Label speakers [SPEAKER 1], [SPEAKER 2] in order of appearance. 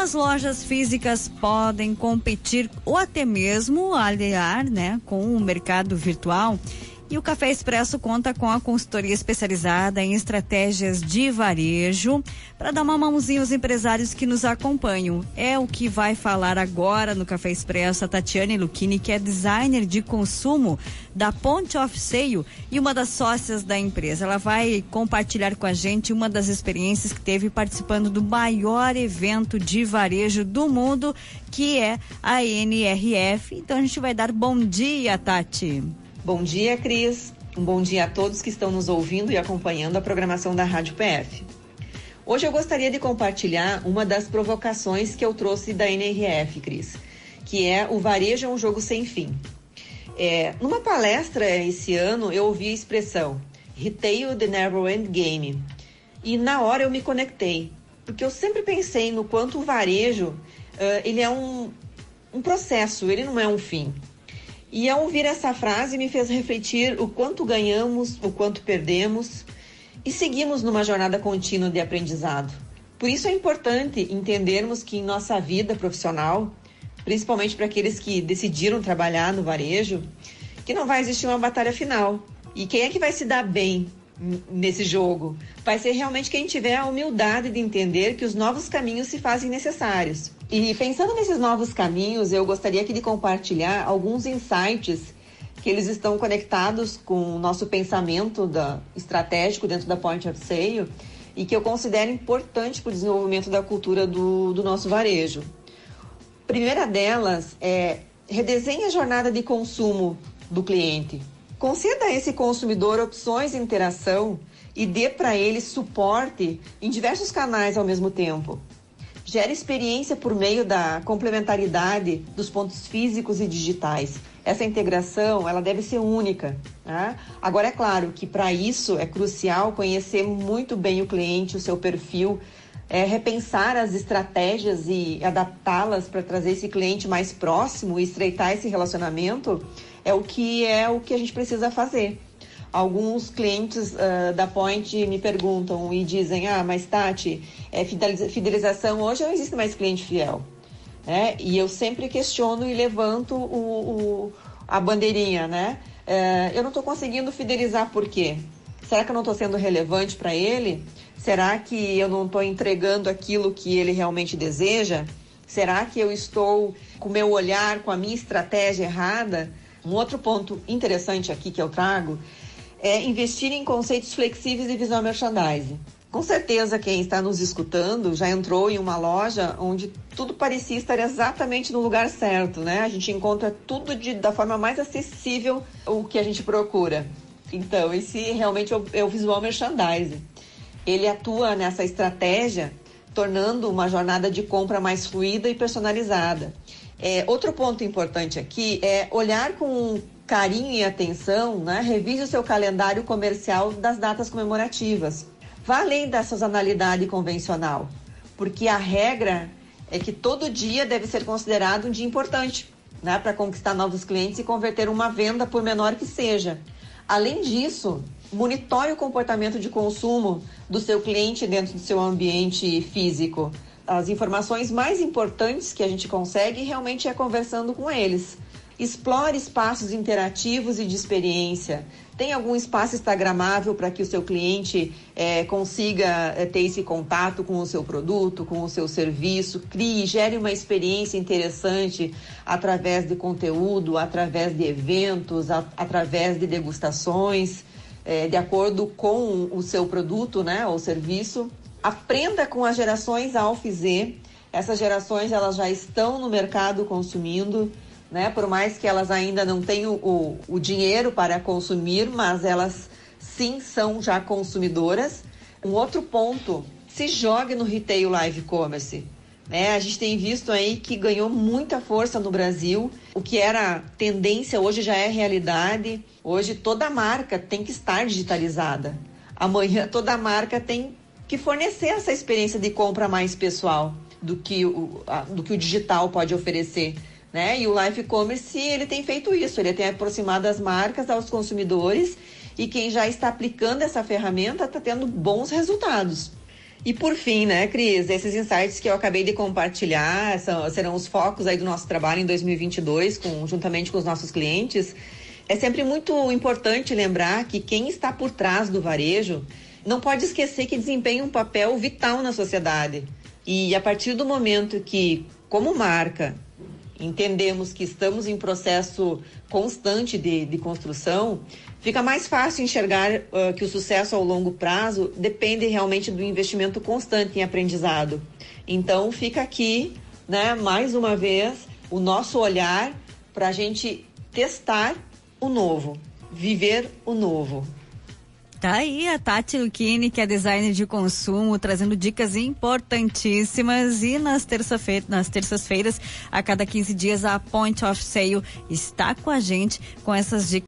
[SPEAKER 1] as lojas físicas podem competir ou até mesmo aliar, né, com o mercado virtual. E o Café Expresso conta com a consultoria especializada em estratégias de varejo para dar uma mãozinha aos empresários que nos acompanham. É o que vai falar agora no Café Expresso a Tatiane Lucchini, que é designer de consumo da Point of Sale e uma das sócias da empresa. Ela vai compartilhar com a gente uma das experiências que teve participando do maior evento de varejo do mundo, que é a NRF. Então a gente vai dar bom dia, Tati.
[SPEAKER 2] Bom dia, Cris. Um bom dia a todos que estão nos ouvindo e acompanhando a programação da Rádio PF. Hoje eu gostaria de compartilhar uma das provocações que eu trouxe da NRF, Cris, que é o varejo é um jogo sem fim. Numa palestra esse ano eu ouvi a expressão Retail the Never End Game e na hora eu me conectei, porque eu sempre pensei no quanto o varejo ele é um processo, ele não é um fim. E ao ouvir essa frase me fez refletir o quanto ganhamos, o quanto perdemos e seguimos numa jornada contínua de aprendizado. Por isso é importante entendermos que em nossa vida profissional, principalmente para aqueles que decidiram trabalhar no varejo, que não vai existir uma batalha final. E quem é que vai se dar bem nesse jogo? Vai ser realmente quem tiver a humildade de entender que os novos caminhos se fazem necessários. E pensando nesses novos caminhos, eu gostaria aqui de compartilhar alguns insights que eles estão conectados com o nosso pensamento estratégico dentro da Point of Sale e que eu considero importante para o desenvolvimento da cultura do nosso varejo. A primeira delas é redesenhe a jornada de consumo do cliente. Conceda a esse consumidor opções de interação e dê para ele suporte em diversos canais ao mesmo tempo. Gera experiência por meio da complementaridade dos pontos físicos e digitais. Essa integração, ela deve ser única, né? Agora, é claro que para isso é crucial conhecer muito bem o cliente, o seu perfil, repensar as estratégias e adaptá-las para trazer esse cliente mais próximo e estreitar esse relacionamento é o que a gente precisa fazer. Alguns clientes da Point me perguntam e dizem, mas Tati, fidelização hoje não existe mais cliente fiel. E eu sempre questiono e levanto a bandeirinha, né? Eu não estou conseguindo fidelizar por quê? Será que eu não estou sendo relevante para ele? Será que eu não estou entregando aquilo que ele realmente deseja? Será que eu estou com o meu olhar, com a minha estratégia errada? Um outro ponto interessante aqui que eu trago é investir em conceitos flexíveis de visual merchandising. Com certeza quem está nos escutando já entrou em uma loja onde tudo parecia estar exatamente no lugar certo, né? A gente encontra tudo da forma mais acessível o que a gente procura. Então, esse realmente é o visual merchandising. Ele atua nessa estratégia, tornando uma jornada de compra mais fluida e personalizada. Outro ponto importante aqui é olhar com carinho e atenção, né? Revise o seu calendário comercial das datas comemorativas. Vá além da sazonalidade convencional, porque a regra é que todo dia deve ser considerado um dia importante, né? Para conquistar novos clientes e converter uma venda, por menor que seja. Além disso, monitore o comportamento de consumo do seu cliente dentro do seu ambiente físico. As informações mais importantes que a gente consegue realmente é conversando com eles. Explore espaços interativos e de experiência. Tem algum espaço instagramável para que o seu cliente consiga ter esse contato com o seu produto, com o seu serviço. Crie, gere uma experiência interessante através de conteúdo, através de eventos, através de degustações, de acordo com o seu produto, né, ou serviço. Aprenda com as gerações Alpha e Z. Essas gerações elas já estão no mercado consumindo, né? Por mais que elas ainda não tenham o dinheiro para consumir, mas elas sim são já consumidoras. Um outro ponto, se jogue no Retail Live Commerce. A gente tem visto aí que ganhou muita força no Brasil. O que era tendência hoje já é realidade. Hoje toda marca tem que estar digitalizada. Amanhã toda marca tem que fornecer essa experiência de compra mais pessoal do que o digital pode oferecer, né? E o Live Commerce, ele tem feito isso, ele tem aproximado as marcas aos consumidores e quem já está aplicando essa ferramenta está tendo bons resultados. E por fim, né, Cris, esses insights que eu acabei de compartilhar serão os focos aí do nosso trabalho em 2022, juntamente com os nossos clientes. É sempre muito importante lembrar que quem está por trás do varejo não pode esquecer que desempenha um papel vital na sociedade. E a partir do momento que, como marca, entendemos que estamos em processo constante de construção, fica mais fácil enxergar que o sucesso ao longo prazo depende realmente do investimento constante em aprendizado. Então, fica aqui, né, mais uma vez, o nosso olhar para a gente testar o novo, viver o novo.
[SPEAKER 1] Tá aí a Tati Lucchini, que é designer de consumo, trazendo dicas importantíssimas. E nas terças-feiras, a cada 15 dias, a Point of Sale está com a gente com essas dicas.